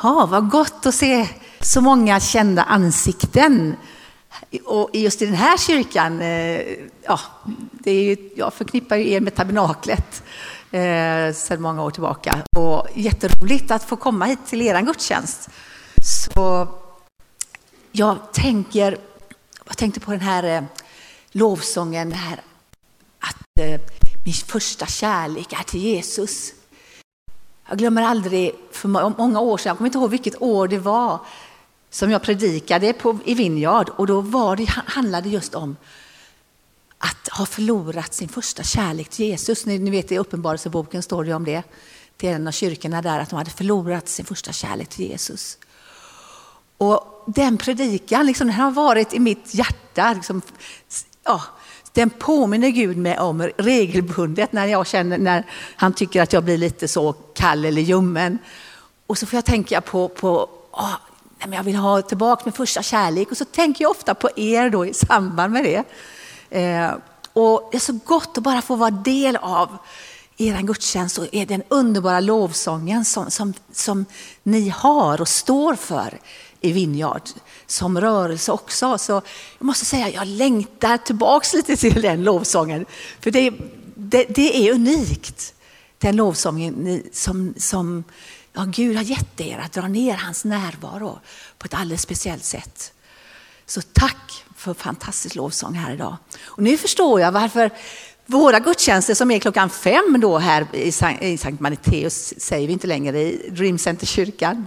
Ja, vad gott att se så många kända ansikten. Och just i den här kyrkan, det är ju, jag förknippar ju er med tabernaklet sedan många år tillbaka. Och jätteroligt att få komma hit till er gudstjänst. Så jag tänkte på den här lovsången här, att min första kärlek är till Jesus. Jag glömmer aldrig, för många år sedan, jag kommer inte ihåg vilket år det var, som jag predikade i Vineyard. Och då handlade det just om att ha förlorat sin första kärlek till Jesus. Ni vet, i Uppenbarelseboken står det om det. Till en av kyrkorna där, att de hade förlorat sin första kärlek till Jesus. Och den predikan, liksom, den har varit i mitt hjärta. Liksom, den påminner Gud mig om regelbundet när han tycker att jag blir lite så kall eller ljummen. Och så får jag tänka på jag vill ha tillbaka min första kärlek. Och så tänker jag ofta på er då i samband med det. Och det är så gott att bara få vara del av er gudstjänst och är den underbara lovsången som ni har och står för i Vineyard som rörelse också. Så jag måste säga, jag längtar tillbaks lite till den lovsången. För det är unikt. Den lovsången som Gud har gett er att dra ner hans närvaro på ett alldeles speciellt sätt. Så tack för fantastisk lovsång här idag. Och nu förstår jag varför våra gudstjänster som är 5:00 då här i Sankt Matteus, säger vi inte längre, i Dream Center-kyrkan.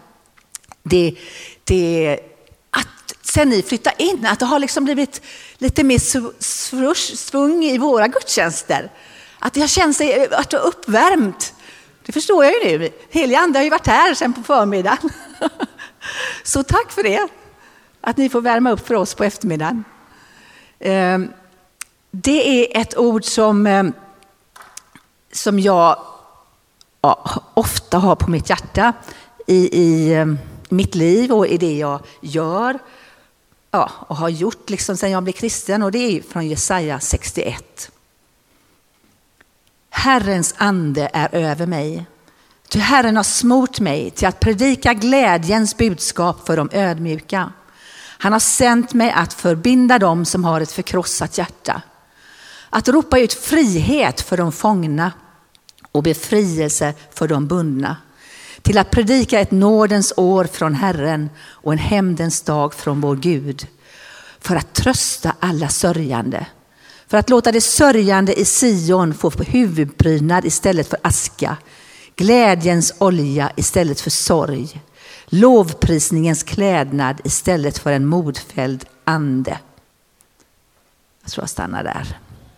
Det att sen ni flyttar in, att det har liksom blivit lite mer svung i våra gudstjänster. Att det har känts att det har uppvärmt. Det förstår jag ju nu. Heliga Ande har ju varit här sen på förmiddagen. Så tack för det. Att ni får värma upp för oss på eftermiddagen. Det är ett ord som jag ofta har på mitt hjärta i mitt liv och i det jag gör och har gjort liksom sedan jag blev kristen. Och det är från Jesaja 61. Herrens ande är över mig. Ty Herren har smort mig till att predika glädjens budskap för de ödmjuka. Han har sänt mig att förbinda dem som har ett förkrossat hjärta. Att ropa ut frihet för de fångna och befrielse för de bundna. Till att predika ett nådens år från Herren och en hämndens dag från vår Gud. För att trösta alla sörjande. För att låta det sörjande i Sion få huvudprydnad istället för aska. Glädjens olja istället för sorg. Lovprisningens klädnad istället för en modfälld ande. Jag tror jag stannar där.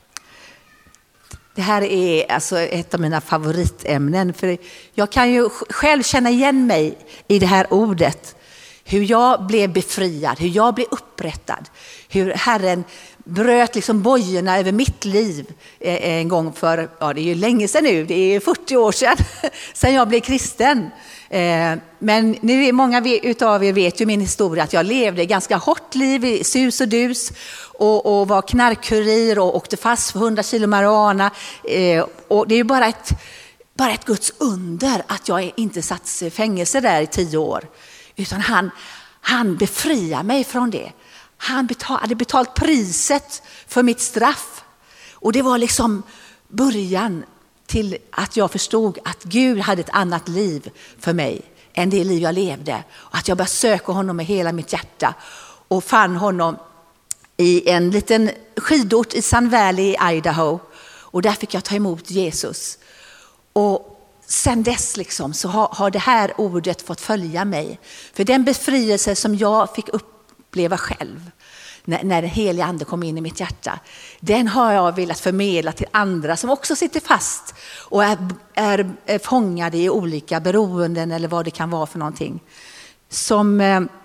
Det här är alltså ett av mina favoritämnen. För jag kan ju själv känna igen mig i det här ordet. Hur jag blev befriad, hur jag blev upprättad. Hur Herren bröt liksom bojorna över mitt liv en gång för, det är ju länge sedan nu, det är 40 år sedan jag blev kristen. Men nu är många utav er vet ju min historia, att jag levde ett ganska hårt liv i sus och dus och var knarkkurir och åkte fast för 100 kilo marijuana. Och det är ju bara ett Guds under att jag inte satt i fängelse där i 10 år. Utan han befriade mig från det. Han hade betalt priset för mitt straff. Och det var liksom början till att jag förstod att Gud hade ett annat liv för mig än det liv jag levde. Och att jag började söka honom med hela mitt hjärta. Och fann honom i en liten skidort i Sun Valley i Idaho. Och där fick jag ta emot Jesus. Och sen dess liksom så har det här ordet fått följa mig. För den befrielse som jag fick uppleva själv när den heliga ande kom in i mitt hjärta, den har jag velat förmedla till andra som också sitter fast och är fångade i olika beroenden eller vad det kan vara för någonting. Som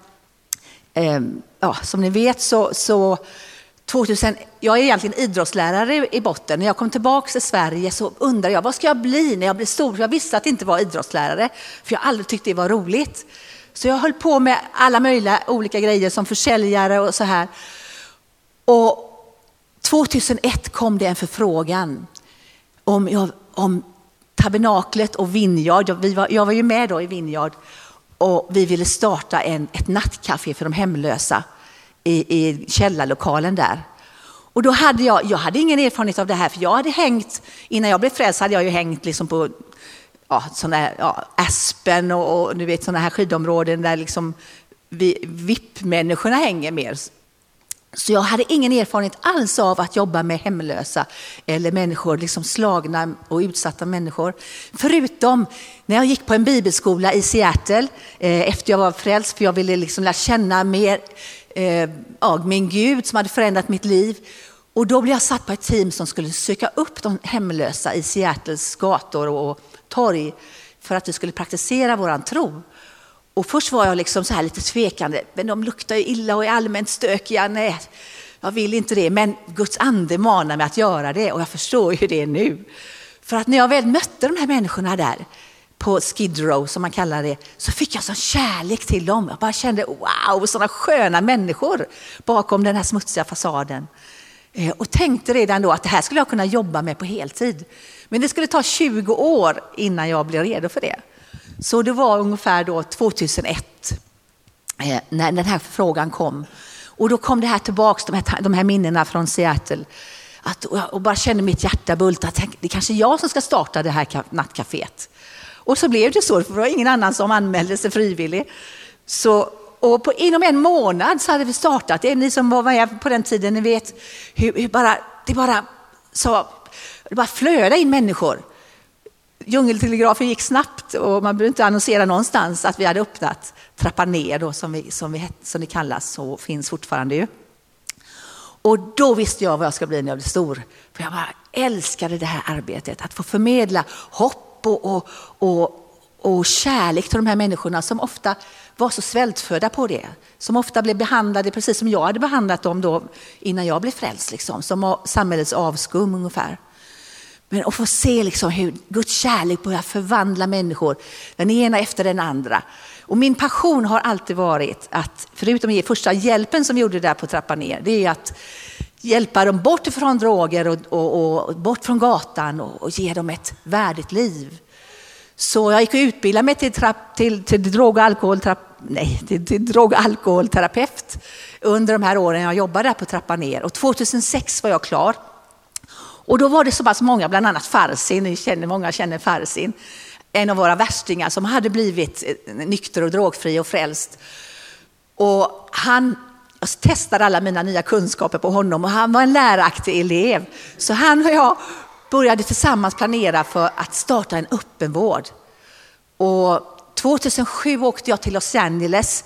ni vet så 2000, jag är egentligen idrottslärare i botten. När jag kom tillbaka till Sverige så undrade jag, vad ska jag bli när jag blir stor? Jag visste att det inte var idrottslärare, för jag aldrig tyckte det var roligt. Så jag höll på med alla möjliga olika grejer som försäljare och så här. Och 2001 kom det en förfrågan om tabernaklet och Vineyard. Jag var ju med då i Vineyard. Och vi ville starta ett nattcafé för de hemlösa i källarlokalen där. Och då hade jag hade ingen erfarenhet av det här, för jag hade hängt, innan jag blev frälst hade jag ju hängt liksom på Aspen och du vet sådana här skidområden där liksom VIP-människorna hänger mer. Så jag hade ingen erfarenhet alls av att jobba med hemlösa eller människor, liksom slagna och utsatta människor. Förutom när jag gick på en bibelskola i Seattle efter jag var frälst, för jag ville liksom lära känna mer min Gud som hade förändrat mitt liv. Och då blev jag satt på ett team som skulle söka upp de hemlösa i Seattles gator och torg för att vi skulle praktisera våran tro. Och först var jag liksom så här lite tvekande, men de luktar ju illa och är allmänt stökiga. Nej, jag vill inte det, men Guds ande manar mig att göra det, och jag förstår ju det nu. För att när jag väl mötte de här människorna där på Skid Row som man kallar det, så fick jag sån kärlek till dem. Jag bara kände, wow, sådana sköna människor bakom den här smutsiga fasaden. Och tänkte redan då att det här skulle jag kunna jobba med på heltid. Men det skulle ta 20 år innan jag blev redo för det. Så det var ungefär då 2001 när den här frågan kom. Och då kom det här tillbaks, de här minnena från Seattle. Och bara kände mitt hjärta bulta. Att det är kanske jag som ska starta det här nattcaféet. Och så blev det så, för det var ingen annan som anmälde sig frivillig. Och inom en månad så hade vi startat. Det är ni som var med på den tiden, ni vet hur det bara flödade in människor. Djungeltelegrafen gick snabbt och man behövde inte annonsera någonstans att vi hade öppnat Trappa ner då, som det kallas och finns fortfarande ju. Och då visste jag vad jag ska bli när jag blev stor. För jag bara älskade det här arbetet, att få förmedla hopp och kärlek till de här människorna som ofta var så svältfödda på det. Som ofta blev behandlade precis som jag hade behandlat dem då innan jag blev frälst, liksom, som samhällets avskum ungefär. Men att få se liksom hur Guds kärlek börjar förvandla människor, den ena efter den andra. Och min passion har alltid varit att, förutom att ge första hjälpen som vi gjorde där på Trappa ner, det är att hjälpa dem bort från droger och bort från gatan och ge dem ett värdigt liv. Så jag gick och utbildade mig till drog- och alkoholterapeut under de här åren jag jobbade där på Trappa ner. Och 2006 var jag klar. Och då var det så pass många, bland annat Farsin, många känner Farsin, en av våra värstingar som hade blivit nykter och drogfri och frälst. Och jag testade alla mina nya kunskaper på honom, och han var en läraktig elev. Så han och jag började tillsammans planera för att starta en öppenvård. Och 2007 åkte jag till Los Angeles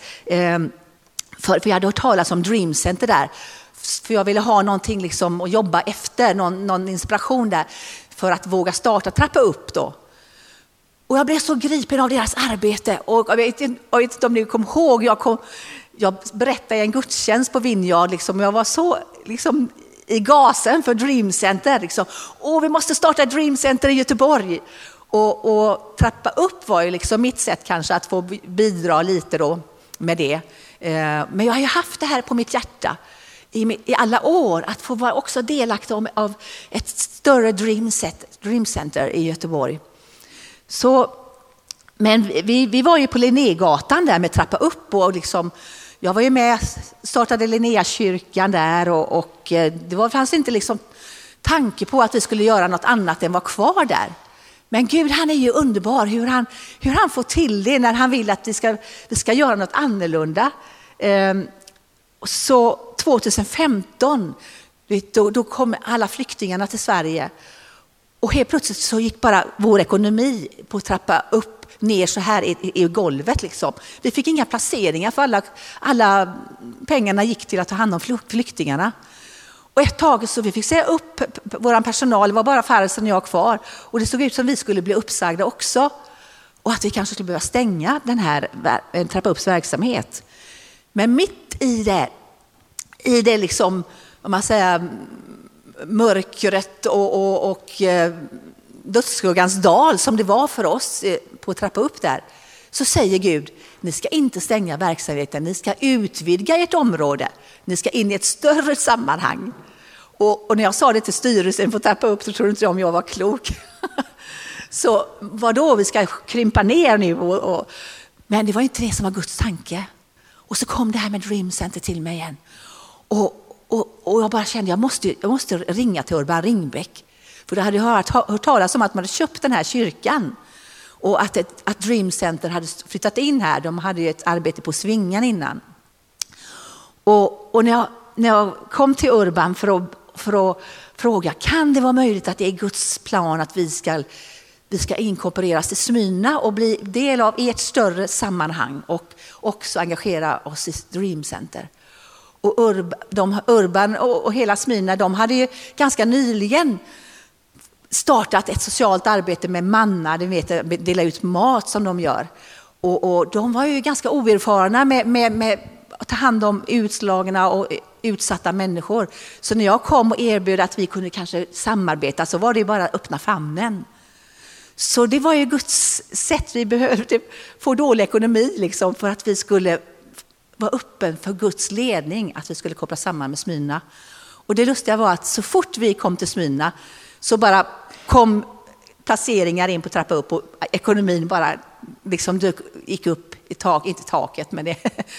för jag hade hört talas om Dream Center där. För jag ville ha någonting liksom att jobba efter, någon inspiration där för att våga starta Trappa upp då. Och jag blev så gripen av deras arbete. Och jag vet inte om ni kommer ihåg, jag berättade i en gudstjänst på Vineyard. Liksom, jag var så liksom, i gasen för Dream Center. Liksom. Vi måste starta ett Dream Center i Göteborg. Och Trappa upp var ju liksom mitt sätt kanske att få bidra lite då med det. Men jag har ju haft det här på mitt hjärta i alla år, att få vara också delaktig av ett större Dream Center i Göteborg. Så, men vi var ju på Linnégatan där med Trappa upp, och liksom, jag var ju med, startade Linnéakyrkan där, och det fanns inte liksom tanke på att vi skulle göra något annat än vara kvar där. Men Gud, han är ju underbar, hur han får till det när han vill att vi ska göra något annorlunda. Så 2015 då kom alla flyktingarna till Sverige, och helt plötsligt så gick bara vår ekonomi på att trappa upp ner så här i golvet liksom. Vi fick inga placeringar, för alla pengarna gick till att ta hand om flyktingarna. Och ett tag så vi fick säga upp vår personal, det var bara Farsen och jag kvar, och det såg ut som vi skulle bli uppsagda också, och att vi kanske skulle behöva stänga den här Trappa upps verksamhet. Men mitt i det liksom, om man säger, mörkret och dödsskuggans dal som det var för oss på att Trappa upp där, så säger Gud, ni ska inte stänga verksamheten, ni ska utvidga ert område, ni ska in i ett större sammanhang. Och när jag sa det till styrelsen på att Trappa upp, så trodde inte om jag var klok. Så vadå, vi ska krympa ner nu Men det var inte det som var Guds tanke. Och så kom det här med Dream Center till mig igen. Och jag bara kände, jag måste ringa till Urban Ringbäck. För då hade jag hört talas om att man hade köpt den här kyrkan. Och att Dream Center hade flyttat in här. De hade ju ett arbete på Svingan innan. Och när jag kom till Urban för att fråga, kan det vara möjligt att det är Guds plan att vi ska inkorporeras till Smyrna och bli del av ert större sammanhang och också engagera oss i Dream Center. Och Urban och hela Smyrna, de hade ju ganska nyligen startat ett socialt arbete med manna, dela ut mat som de gör. Och de var ju ganska oerfarna med att ta hand om utslagna och utsatta människor. Så när jag kom och erbjöd att vi kunde kanske samarbeta, så var det bara att öppna famnen. Så det var ju Guds sätt. Vi behövde få dålig ekonomi liksom, för att vi skulle vara öppen för Guds ledning, att vi skulle koppla samman med Smyrna. Och det lustiga var att så fort vi kom till Smyrna så bara kom placeringar in på trappa upp och ekonomin bara liksom gick upp i tak, inte taket, men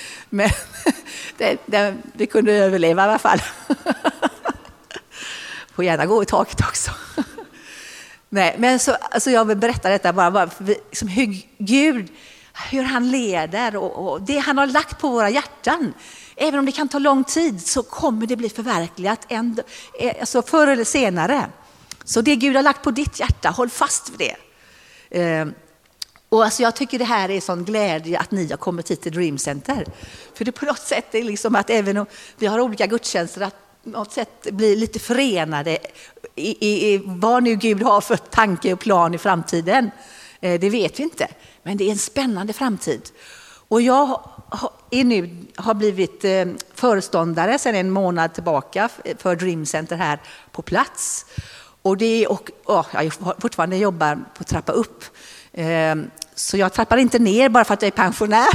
vi kunde överleva i alla fall. Får gärna gå i taket också. Nej, men så jag vill berätta detta bara liksom hur han leder och det han har lagt på våra hjärtan. Även om det kan ta lång tid så kommer det bli förverkligat alltså förr eller senare. Så det Gud har lagt på ditt hjärta, håll fast vid det. Och alltså jag tycker det här är sån glädje att ni har kommit hit till Dream Center. För det på något sätt är liksom att även om vi har olika gudstjänster, att något sätt blir lite förenade i vad nu Gud har för tanke och plan i framtiden. Det vet vi inte, men det är en spännande framtid. Och jag har blivit föreståndare sedan en månad tillbaka för Dream Center här på plats. Och jag fortfarande jobbar på att trappa upp. Så jag trappar inte ner bara för att jag är pensionär.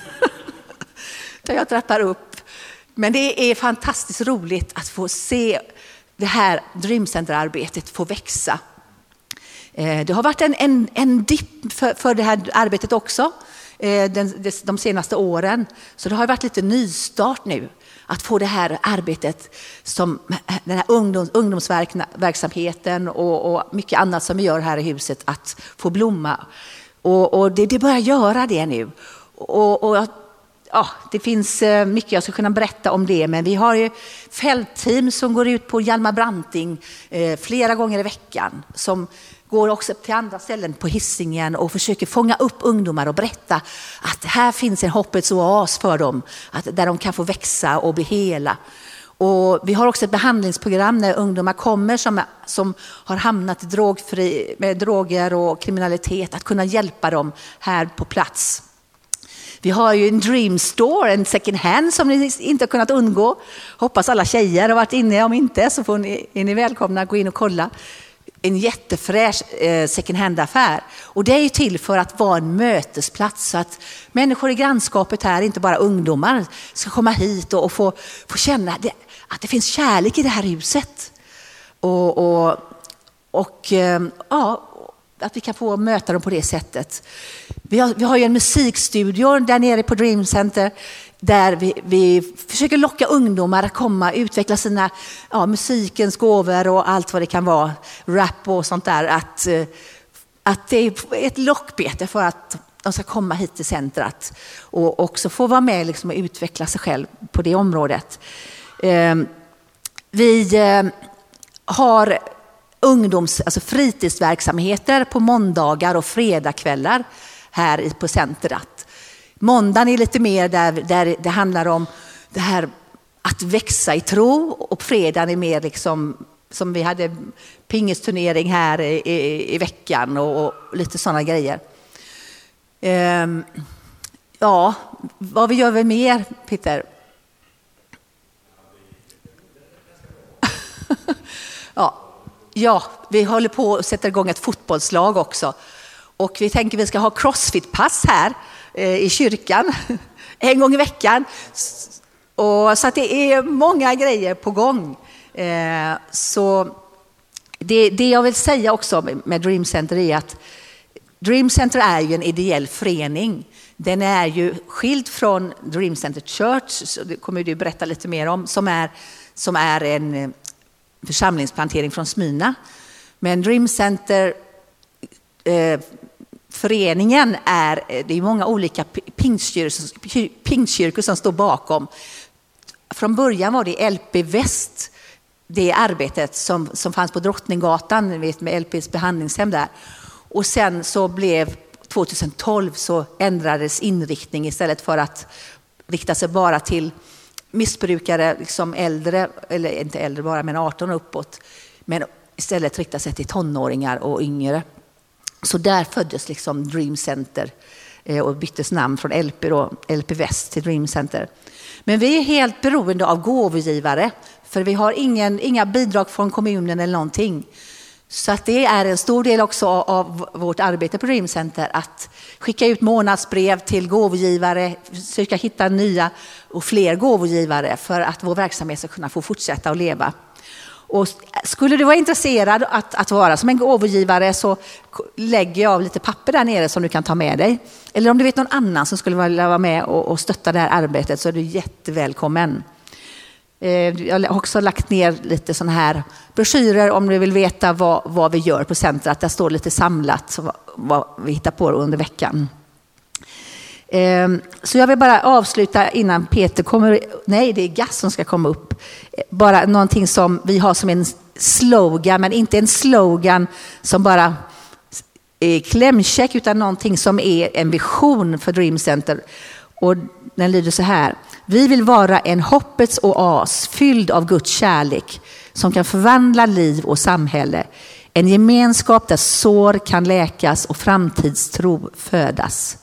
Jag trappar upp. Men det är fantastiskt roligt att få se det här Dream Center-arbetet få växa. Det har varit en dipp för det här arbetet också de senaste åren. Så det har varit lite nystart nu. Att få det här arbetet, som den här ungdomsverksamheten och mycket annat som vi gör här i huset, att få blomma. Och det börjar göra det nu. Det finns mycket jag ska kunna berätta om det, men vi har ju fältteam som går ut på Hjalmar Branting flera gånger i veckan, som går också till andra ställen på Hisingen och försöker fånga upp ungdomar och berätta att här finns en hoppets oas för dem, där de kan få växa och bli hela. Och vi har också ett behandlingsprogram när ungdomar kommer som har hamnat med droger och kriminalitet, att kunna hjälpa dem här på plats. Vi har ju en Dream Store, en second hand som ni inte har kunnat undgå. Hoppas alla tjejer har varit inne, om inte så är ni välkomna att gå in och kolla. En jättefräsch second hand-affär. Och det är ju till för att vara en mötesplats, så att människor i grannskapet här, inte bara ungdomar, ska komma hit och få känna att det finns kärlek i det här huset. Att vi kan få möta dem på det sättet. Vi har ju en musikstudio där nere på Dream Center, där vi försöker locka ungdomar att komma och utveckla sina musikens gåvor och allt vad det kan vara, rap och sånt där, att det är ett lockbete för att de ska komma hit till centret och också få vara med liksom och utveckla sig själv på det området. Vi har alltså fritidsverksamheter på måndagar och fredagskvällar här på centret. Måndagen är lite mer där det handlar om det här att växa i tro, och fredagen är mer liksom, som vi hade pingisturnering här i veckan och lite sådana grejer. Vad vi gör vi mer, Peter? Ja, vi håller på att sätta igång ett fotbollslag också. Och vi tänker vi ska ha crossfit-pass här i kyrkan en gång i veckan. Så att det är många grejer på gång. Så det jag vill säga också med Dream Center är att Dream Center är ju en ideell förening Den är ju skild från Dream Center Church, så det kommer du berätta lite mer om, som är en församlingsplantering från Smyrna. Men Dream Center föreningen det är många olika pingstkyrkor som står bakom. Från början var det LP Väst, det arbetet som fanns på Drottninggatan, ni vet, med LPs behandlingshem där. Och sen så blev 2012 så ändrades inriktning, istället för att rikta sig bara till missbrukare, liksom äldre, eller inte äldre bara, men 18 och uppåt. Men istället rikta sig till tonåringar och yngre. Så där föddes liksom Dream Center och byttes namn från LP Väst till Dream Center. Men vi är helt beroende av gåvogivare, för vi har inga bidrag från kommunen eller någonting. Så att det är en stor del också av vårt arbete på Dream Center, att skicka ut månadsbrev till gåvogivare, försöka hitta nya och fler gåvogivare för att vår verksamhet ska kunna få fortsätta att leva. Och skulle du vara intresserad att vara som en gåvogivare, så lägger jag av lite papper där nere som du kan ta med dig. Eller om du vet någon annan som skulle vilja vara med och stötta det här arbetet, så är du jättevälkommen. Jag har också lagt ner lite sådana här broschyrer om du vill veta vad vi gör på centret. Där står lite samlat vad vi hittar på under veckan. Så jag vill bara avsluta innan Peter kommer. Nej, det är Gas som ska komma upp. Bara någonting som vi har som en slogan, men inte en slogan som bara är klämkäck, utan någonting som är en vision för Dream Center. Och den lyder så här: vi vill vara en hoppets oas fylld av Guds kärlek som kan förvandla liv och samhälle. En gemenskap där sår kan läkas och framtidstro födas.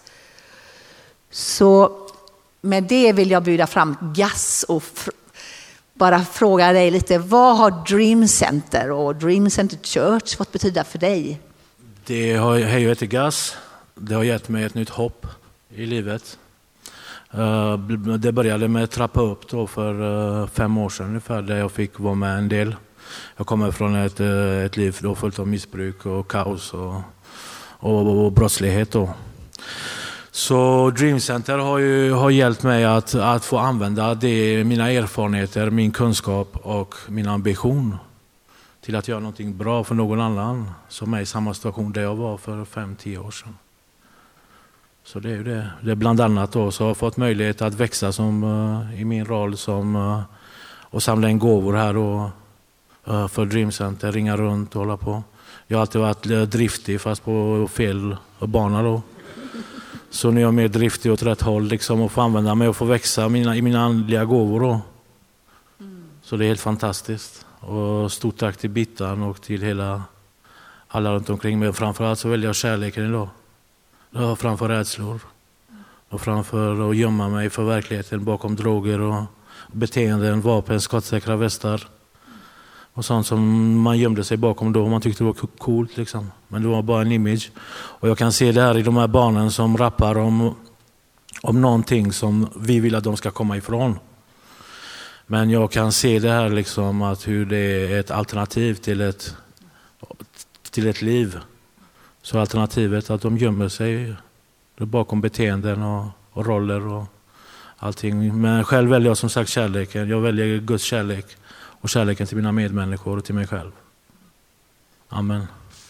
Så med det vill jag bjuda fram Gas och bara fråga dig lite, vad har Dream Center och Dream Center Church fått betyda för dig? Hej, jag heter Gas. Det har gett mig ett nytt hopp i livet. Det började med att trappa upp då för 5 år sedan ungefär, där jag fick vara med en del. Jag kommer från ett liv då fullt av missbruk och kaos och brottslighet då. Så Dream Center har hjälpt mig att få använda mina erfarenheter, min kunskap och min ambition till att göra någonting bra för någon annan som är i samma situation där jag var för 5-10 år sedan. Så det är ju det. Det är bland annat då, så har jag fått möjlighet att växa i min roll och samla in gåvor här och för Dream Center, ringa runt och hålla på. Jag har alltid varit driftig, fast på fel bana då. Så nu är jag mer driftig åt rätt håll liksom, och får använda mig och få växa i mina andliga gåvor då. Så det är helt fantastiskt. Och stort tack till Bittan och till alla runt omkring mig. Framförallt så väljer jag kärleken idag. Framför rädslor. Och framför att gömma mig för verkligheten bakom droger och beteenden, vapen, skottsäkra västar. Och sånt som man gömde sig bakom då. Man tyckte det var coolt liksom. Men det var bara en image. Och jag kan se det här i de här barnen som rappar om någonting som vi vill att de ska komma ifrån. Men jag kan se det här liksom, att hur det är ett alternativ till ett liv. Så alternativet att de gömmer sig bakom beteenden och roller och allting. Men själv väljer jag som sagt kärleken. Jag väljer Guds kärlek och kärleken till mina medmänniskor och till mig själv. Amen.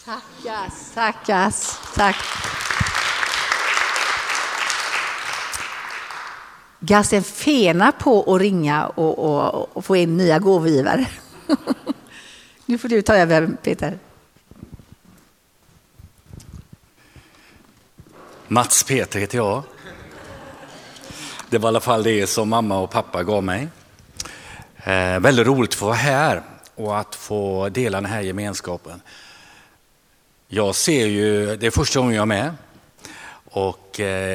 Tack. Gas är fena på att ringa och få in nya gåvogivare. Nu får du ta över, Peter. Mats Peter heter jag. Det var i alla fall det som mamma och pappa gav mig. Väldigt roligt att få vara här och att få dela den här gemenskapen. Jag ser ju, det är första gången jag är med. Och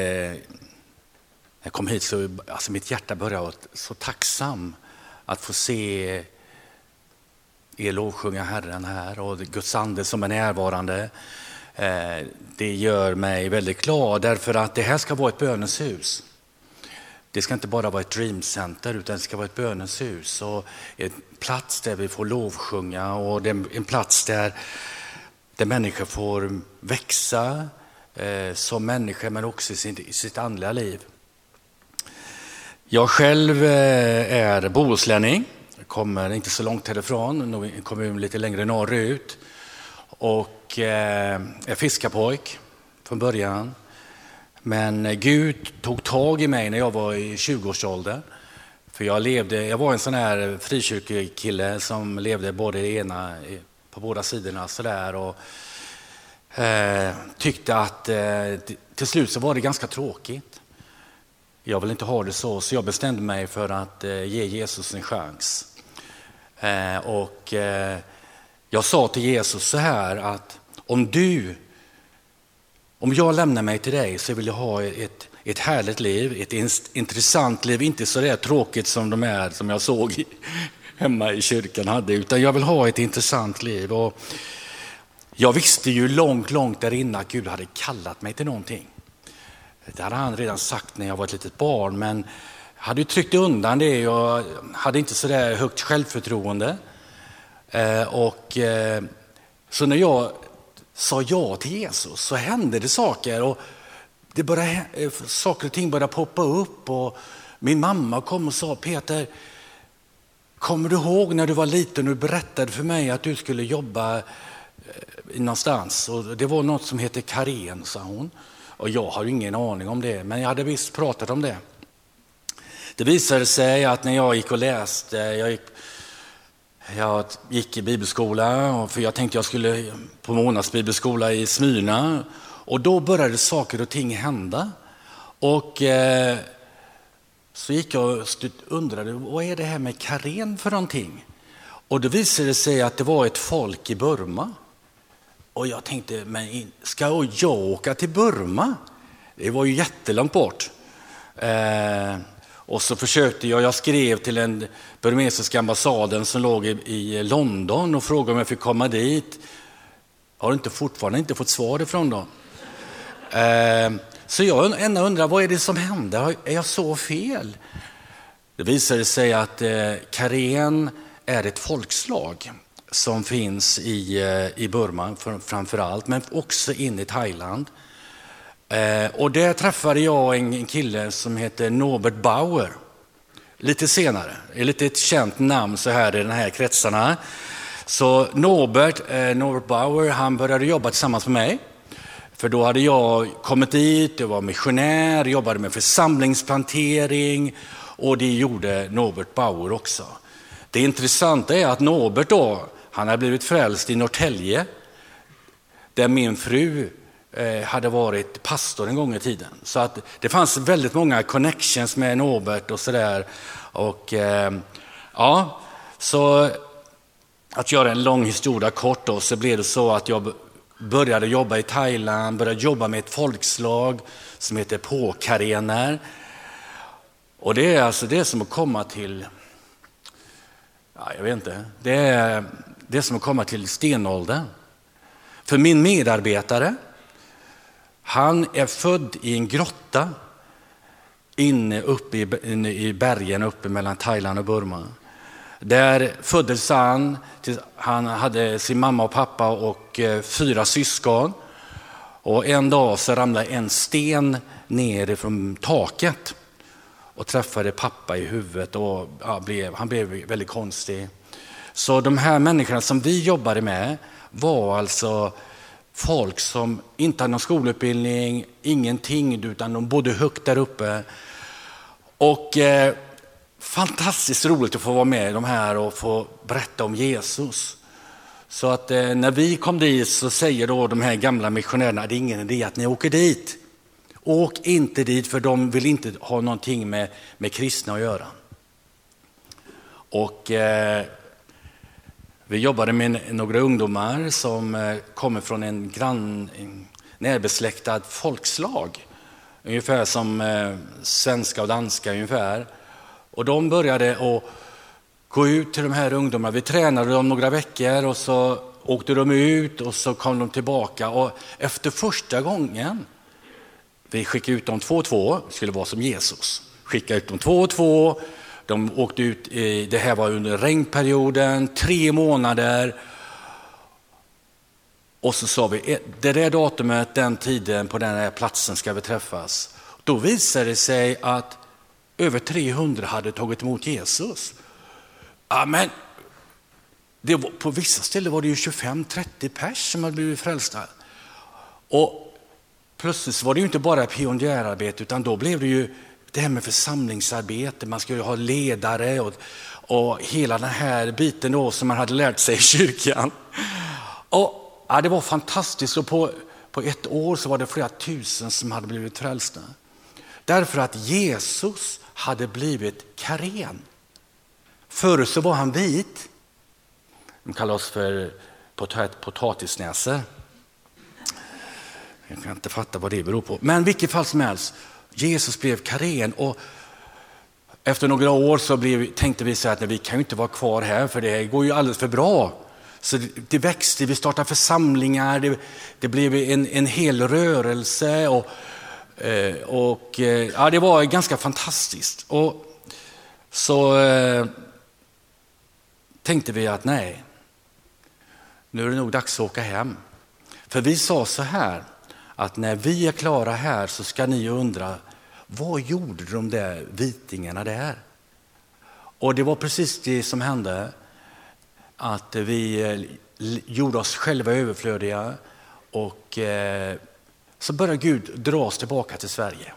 jag kom hit så alltså mitt hjärta började så tacksam att få se er lovsjunga Herren här och Guds ande som är närvarande. Det gör mig väldigt glad, därför att det här ska vara ett böneshus. Det ska inte bara vara ett Dream Center, utan det ska vara ett böneshus och en plats där vi får lovsjunga, och det är en plats där människor får växa, som människa men också i sitt andliga liv. Jag själv är bohuslänning, kommer inte så långt härifrån, en kommun lite längre norrut, och är fiskarpojk från början. Men Gud tog tag i mig när jag var i 20-årsåldern. För jag var en sån här frikyrkekille som levde både det ena på båda sidorna sådär, och tyckte att till slut så var det ganska tråkigt. Jag vill inte ha det så jag bestämde mig för att ge Jesus en chans. Och jag sa till Jesus så här att om jag lämnar mig till dig så vill jag ha ett härligt liv, ett intressant liv, inte så där tråkigt som som jag såg hemma i kyrkan hade, utan jag vill ha ett intressant liv. Och jag visste ju långt där inne att Gud hade kallat mig till någonting. Det hade han redan sagt när jag var ett litet barn, men jag hade ju tryckt undan det. Jag hade inte så där högt självförtroende. Så när jag sa ja till Jesus så hände det saker, och saker och ting började poppa upp. Och min mamma kom och sa: Peter, kommer du ihåg när du var liten och du berättade för mig att du skulle jobba någonstans? Och det var något som heter Karen, sa hon. Och jag har ingen aning om det, men jag hade visst pratat om det. Det visade sig att när jag gick och läste, jag gick i bibelskola, för jag tänkte jag skulle på månadsbibelskola i Smyrna, och då började saker och ting hända. Och så gick jag och undrade, vad är det här med Karen för någonting? Och då visade det sig att det var ett folk i Burma. Och jag tänkte, men ska jag åka till Burma? Det var ju jättelångt bort. Och så försökte jag skrev till den burmesiska ambassaden som låg i London och frågade om jag fick komma dit. Jag har fortfarande inte fått svar ifrån dem. Så jag undrar, vad är det som hände? Är jag så fel? Det visade sig att Karen är ett folkslag som finns i Burma framför allt, men också in i Thailand. Och där träffade jag en kille som heter Norbert Bauer lite senare. Det är lite ett känt namn så här i den här kretsarna. Så Norbert Bauer, han började jobba tillsammans med mig. För då hade jag kommit dit, jag var missionär, jobbade med församlingsplantering, och det gjorde Norbert Bauer också. Det intressanta är att Norbert då, han har blivit frälst i Norrtälje, där min fru hade varit pastor en gång i tiden. Så att det fanns väldigt många connections med Norbert och sådär. Och så att göra en lång historia kort då, så blev det så att jag började jobba i Thailand, började jobba med ett folkslag som heter Påkarener. Och det är alltså det som att komma till, jag vet inte, det är det som att komma till stenåldern. För min medarbetare, han är född i en grotta inne uppe i bergen uppe mellan Thailand och Burma. Där föddes han hade sin mamma och pappa och 4 syskon. Och en dag så ramlade en sten ner från taket och träffade pappa i huvudet, och han blev väldigt konstig. Så de här människorna som vi jobbade med var alltså folk som inte hade någon skolutbildning, ingenting, utan de bodde högt där uppe. Och fantastiskt roligt att få vara med i de här och få berätta om Jesus. Så att när vi kom dit så säger då de här gamla missionärerna, det är ingen idé att ni åker dit. Åk inte dit, för de vill inte ha någonting med kristna att göra. Och vi jobbade med några ungdomar som kommer från en närbesläktad folkslag. Ungefär som svenska och danska ungefär. Och de började att gå ut till de här ungdomarna. Vi tränade dem några veckor och så åkte de ut och så kom de tillbaka. Och efter första gången vi skickade ut dem 2-2, skulle vara som Jesus. Skickade ut dem 2-2. De åkte ut, det här var under regnperioden, 3 månader. Och så sa vi, det där datumet, den tiden, på den här platsen ska vi träffas. Då visade det sig att över 300 hade tagit emot Jesus. Ja, men på vissa ställen var det ju 25-30 pers som hade blivit frälsta. Och plötsligt var det ju inte bara pionjärarbete, utan då blev det ju det här med församlingsarbete. Man skulle ha ledare och hela den här biten då som man hade lärt sig i kyrkan. Och ja, det var fantastiskt. Och på ett år så var det flera tusen som hade blivit frälsta. Därför att Jesus hade blivit karen. Förr så var han vit. De kallar oss för potatisnäser. Jag kan inte fatta vad det beror på. Men vilket fall som helst. Jesus blev karen, och efter några år så tänkte vi så att vi kan ju inte vara kvar här, för det går ju alldeles för bra. Så det växte, vi startade församlingar, det blev en hel rörelse och ja, det var ganska fantastiskt. Och så tänkte vi att nej, nu är det nog dags att åka hem. För vi sa så här, att när vi är klara här så ska ni undra, vad gjorde de där vitingarna där? Och det var precis det som hände, att vi gjorde oss själva överflödiga, och så började Gud dra oss tillbaka till Sverige.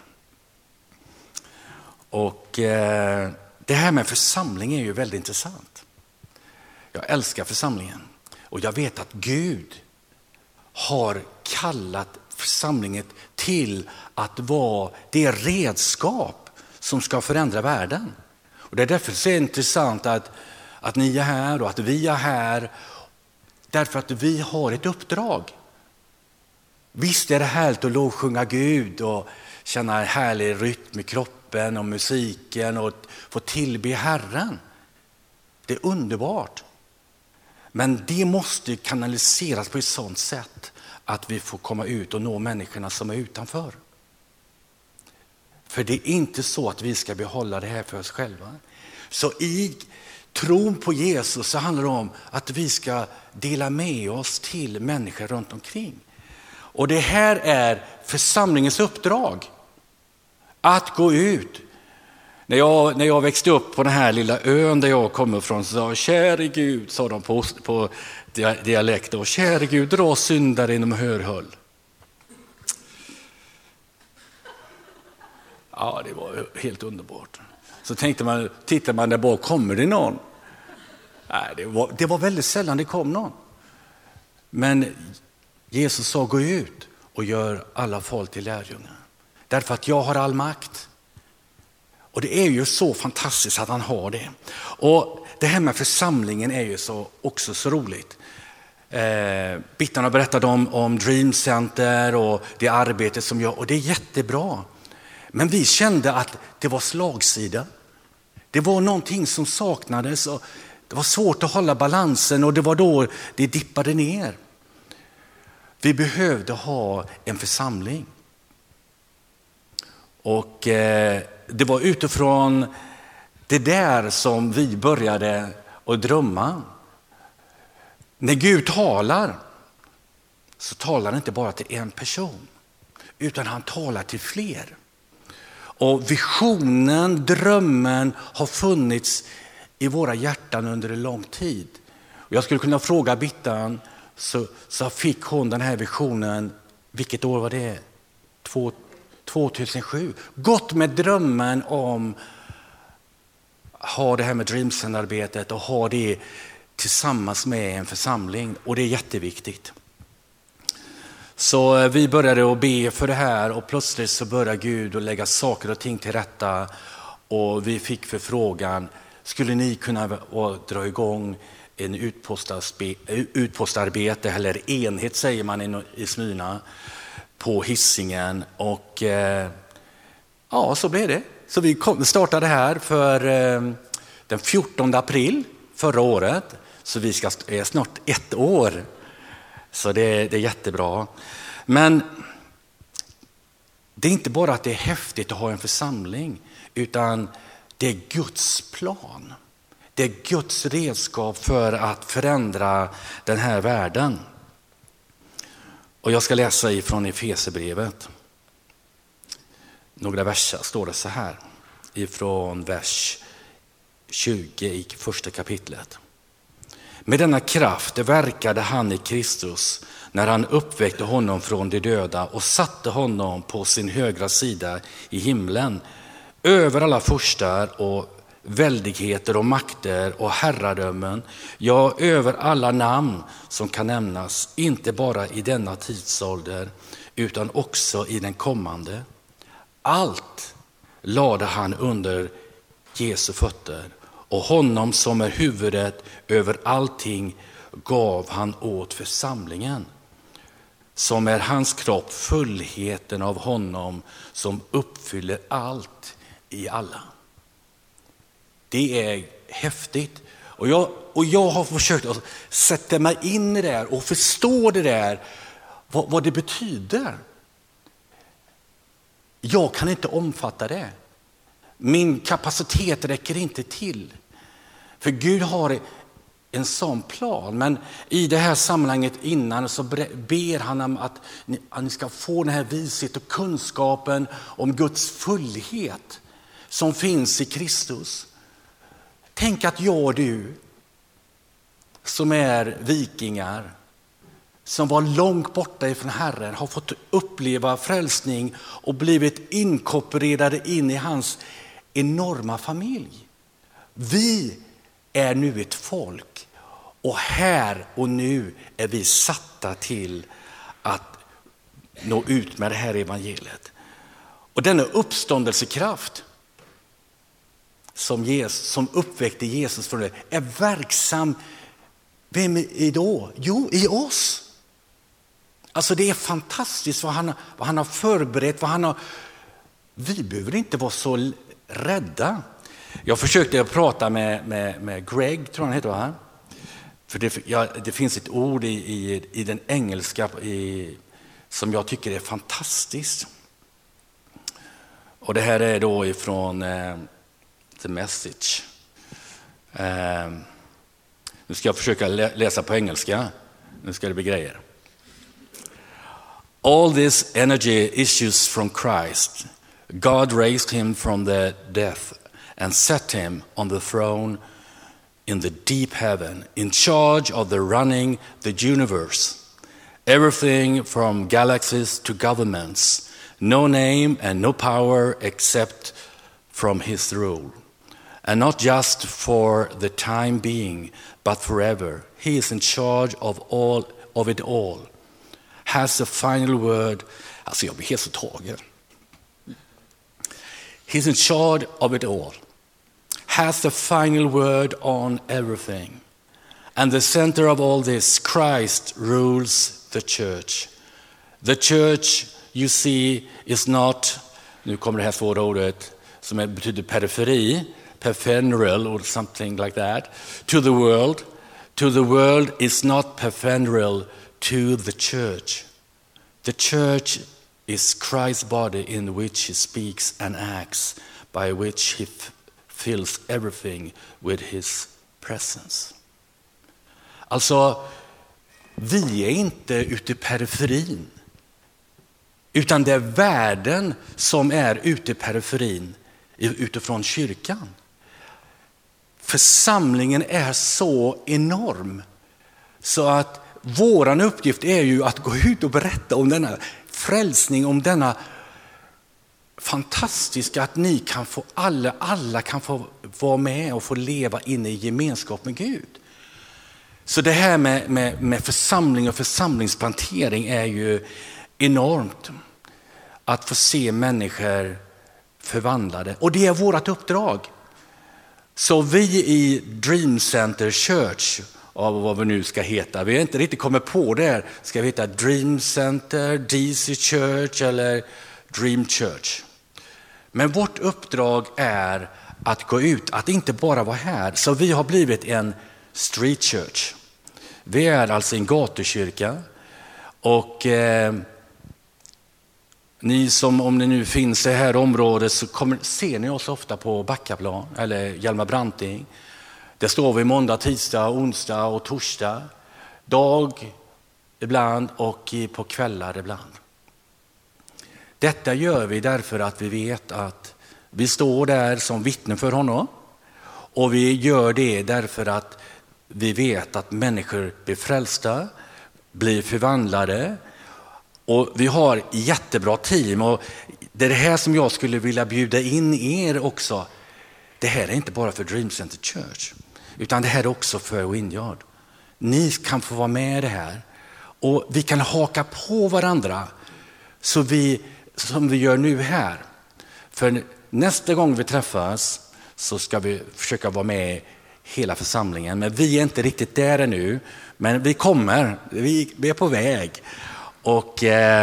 Och det här med församling är ju väldigt intressant. Jag älskar församlingen, och jag vet att Gud har kallat församlingen till att vara det redskap som ska förändra världen. Och det är därför så är det intressant att ni är här och att vi är här, därför att vi har ett uppdrag. Visst är det härligt att lovsjunga Gud och känna en härlig rytm i kroppen och musiken och få tillbe Herren. Det är underbart. Men det måste kanaliseras på ett sådant sätt att vi får komma ut och nå människorna som är utanför. För det är inte så att vi ska behålla det här för oss själva. Så i tron på Jesus så handlar det om att vi ska dela med oss till människor runt omkring. Och det här är församlingens uppdrag. Att gå ut. När jag växte upp på den här lilla ön där jag kommer ifrån, så sa käre Gud, sa de på dialekt, och käre Gud, dra syndare inom hörhåll. Ja, det var helt underbart. Så tittar man där bak, kommer det någon? Nej, det var väldigt sällan det kom någon. Men Jesus sa, gå ut och gör alla folk till lärjungar. Därför att jag har all makt. Och det är ju så fantastiskt att han har det. Och det här med församlingen är ju också så roligt. Bittan har berättat om Dream Center och det arbetet som jag, och det är jättebra. Men vi kände att det var slagsida. Det var någonting som saknades, och det var svårt att hålla balansen, och det var då det dippade ner. Vi behövde ha en församling. Och det var utifrån det där som vi började att drömma. När Gud talar så talar han inte bara till en person, utan han talar till fler. Och visionen, drömmen har funnits i våra hjärtan under en lång tid. Och jag skulle kunna fråga Bittan, så fick hon den här visionen, vilket år var det? 2007. Gått med drömmen om att ha det här med Dreamcenter-arbetet och ha det tillsammans med en församling. Och det är jätteviktigt. Så vi började att be för det här, och plötsligt så började Gud att lägga saker och ting till rätta. Och vi fick förfrågan, skulle ni kunna dra igång en utpostarbete, eller enhet säger man i Smyrna, på Hisingen. Och ja, så blev det. Så vi startade här för den 14 april förra året. Så vi ska snart 1 år. Så det är jättebra. Men det är inte bara att det är häftigt att ha en församling, utan det är Guds plan. Det är Guds redskap för att förändra den här världen. Och jag ska läsa ifrån Efesierbrevet. Några verser står det så här. Ifrån vers 20 i första kapitlet. Med denna kraft verkade han i Kristus när han uppväckte honom från de döda och satte honom på sin högra sida i himlen, över alla furstar och väldigheter och makter och herradömen, ja, över alla namn som kan nämnas, inte bara i denna tidsålder utan också i den kommande. Allt lade han under Jesu fötter, och honom som är huvudet över allting gav han åt församlingen, som är hans kropp, fullheten av honom som uppfyller allt i alla. Det är häftigt. Och jag har försökt att sätta mig in i det där och förstå det där, vad det betyder. Jag kan inte omfatta det. Min kapacitet räcker inte till. För Gud har en sån plan. Men i det här sammanhanget innan så ber han om att ni ska få den här vishet och kunskapen om Guds fullhet som finns i Kristus. Tänk att jag och du som är vikingar, som var långt borta ifrån Herren, har fått uppleva frälsning och blivit inkorporerade in i hans enorma familj. Vi är nu ett folk, och här och nu är vi satta till att nå ut med det här evangeliet. Och denna uppståndelsekraft som uppväckte Jesus från det är verksam. Vem är då? Jo, i oss. Alltså det är fantastiskt vad han har förberett. Vi behöver inte vara så rädda. Jag försökte prata med Greg, tror han heter, va? För det finns ett ord i den engelska som jag tycker är fantastiskt. Och det här är då ifrån The Message. Nu ska jag försöka läsa på engelska. Nu ska det bli grejer. All this energy issues from Christ. God raised him from the death and set him on the throne in the deep heaven, in charge of the running the universe. Everything from galaxies to governments, no name and no power except from his rule. And not just for the time being, but forever. He is in charge of it all. Has the final word. Alltså jag blir helt så tagen. He's in charge of it all. Has the final word on everything. And the center of all this, Christ rules the church. The church, you see, is not, nu kommer det här svåra ordet som betyder periferi, peripheral or something like that, to the world. To the world is not peripheral to the church. The church is Christ's body in which he speaks and acts, by which he fills everything with his presence. Alltså, vi är inte ute i periferin, utan det är världen som är ute i periferin utifrån kyrkan. Församlingen är så enorm så att våran uppgift är ju att gå ut och berätta om denna frälsning, om denna fantastiska, att ni kan få alla kan få vara med och få leva inne i gemenskap med Gud. Så det här med församling och församlingsplantering är ju enormt. Att få se människor förvandlade. Och det är vårt uppdrag. Så vi i Dream Center Church, av vad vi nu ska heta, vi har inte riktigt kommit på det här. Ska vi heta Dream Center, DC Church eller Dream Church? Men vårt uppdrag är att gå ut, att inte bara vara här. Så vi har blivit en street church. Vi är alltså en gatukyrka. Och ni som, om ni nu finns i det här området, så ser ni oss ofta på Backaplan eller Hjalmar Branting. Där står vi måndag, tisdag, onsdag och torsdag. Dag ibland och på kvällar ibland. Detta gör vi därför att vi vet att vi står där som vittnen för honom. Och vi gör det därför att vi vet att människor blir frälsta, blir förvandlade. Och vi har jättebra team. Och det är det här som jag skulle vilja bjuda in er också. Det här är inte bara för Dream Center Church, utan det här är också för Vineyard. Ni kan få vara med i det här. Och vi kan haka på varandra så som vi gör nu här. För nästa gång vi träffas så ska vi försöka vara med hela församlingen. Men vi är inte riktigt där ännu. Men vi kommer, vi är på väg. Och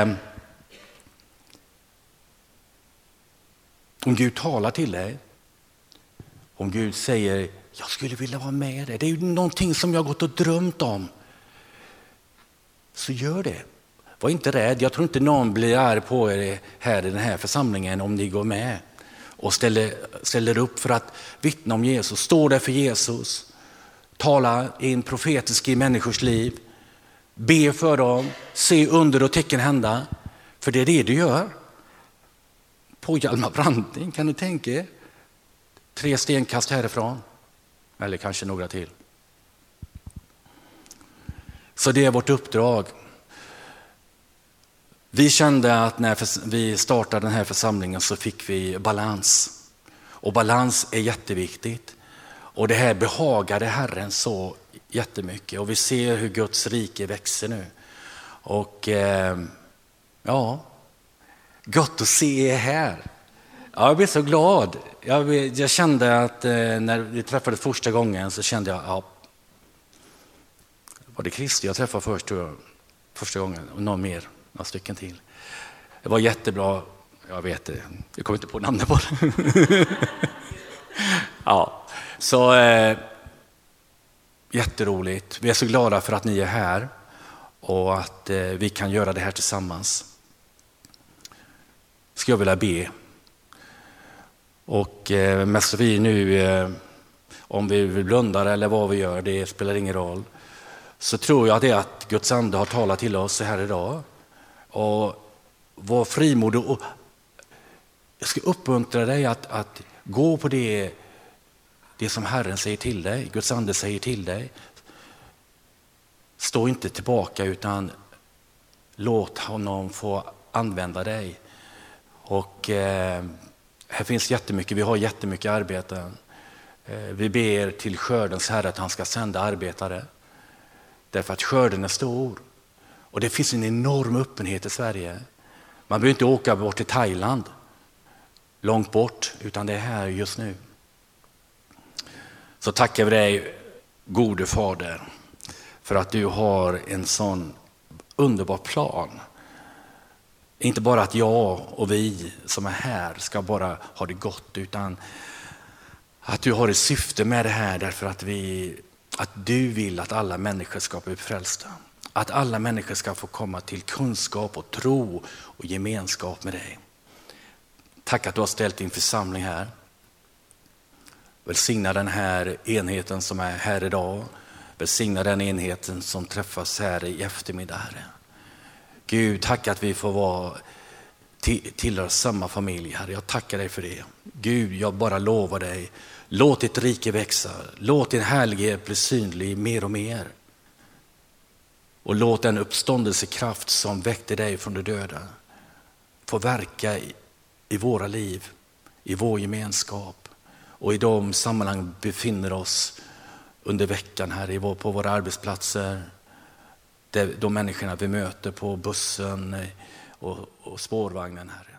om Gud talar till dig, om Gud säger jag skulle vilja vara med dig, det är ju någonting som jag har gått och drömt om, så gör det. Var inte rädd, jag tror inte någon blir arg på er här i den här församlingen om ni går med och ställer upp för att vittna om Jesus, står där för Jesus, tala in profetiskt i människors liv, be för dem, se under och tecken hända, för det är det du gör. På Hjalmar Branting, kan du tänka er? 3 stenkast härifrån, eller kanske några till. Så det är vårt uppdrag. Vi kände att när vi startade den här församlingen så fick vi balans. Och balans är jätteviktigt. Och det här behagade Herren så jättemycket. Och vi ser hur Guds rike växer nu. Och ja, gott att se er här. Ja, jag blir så glad. Jag kände att när vi träffades första gången så kände jag, ja, var det Kristi jag träffade första gången och någon mer, några stycken till. Det var jättebra, jag vet det, jag kommer inte på namnet på det. Ja, så jätteroligt. Vi är så glada för att ni är här och att vi kan göra det här tillsammans. Ska jag vilja be. Och mest vi nu, om vi blundar eller vad vi gör, det spelar ingen roll. Så tror jag det är att Guds ande har talat till oss här idag. Och var frimodig. Och jag ska uppmuntra dig att gå på det som Herren säger till dig. Guds ande säger till dig. Stå inte tillbaka utan låt honom få använda dig. Och här finns jättemycket, vi har jättemycket arbeten. Vi ber till skördens Herre att han ska sända arbetare. Därför att skörden är stor. Och det finns en enorm öppenhet i Sverige. Man behöver inte åka bort till Thailand, långt bort, utan det är här just nu. Så tackar vi dig, gode Fader, för att du har en sån underbar plan. Inte bara att jag och vi som är här ska bara ha det gott, utan att du har ett syfte med det här därför att du vill att alla människor ska bli frälsta. Att alla människor ska få komma till kunskap och tro och gemenskap med dig. Tack att du har ställt din församling här. Välsigna den här enheten som är här idag. Välsigna den enheten som träffas här i eftermiddag, Herre. Gud, tack att vi får vara tillhör samma familj, Herre. Jag tackar dig för det. Gud, jag bara lovar dig. Låt ditt rike växa. Låt din härlighet bli synlig mer och mer. Och låt den uppståndelsekraft som väckte dig från de döda få verka i våra liv, i vår gemenskap och i de sammanhang befinner oss under veckan här på våra arbetsplatser, de människorna vi möter på bussen och spårvagnen, Herre.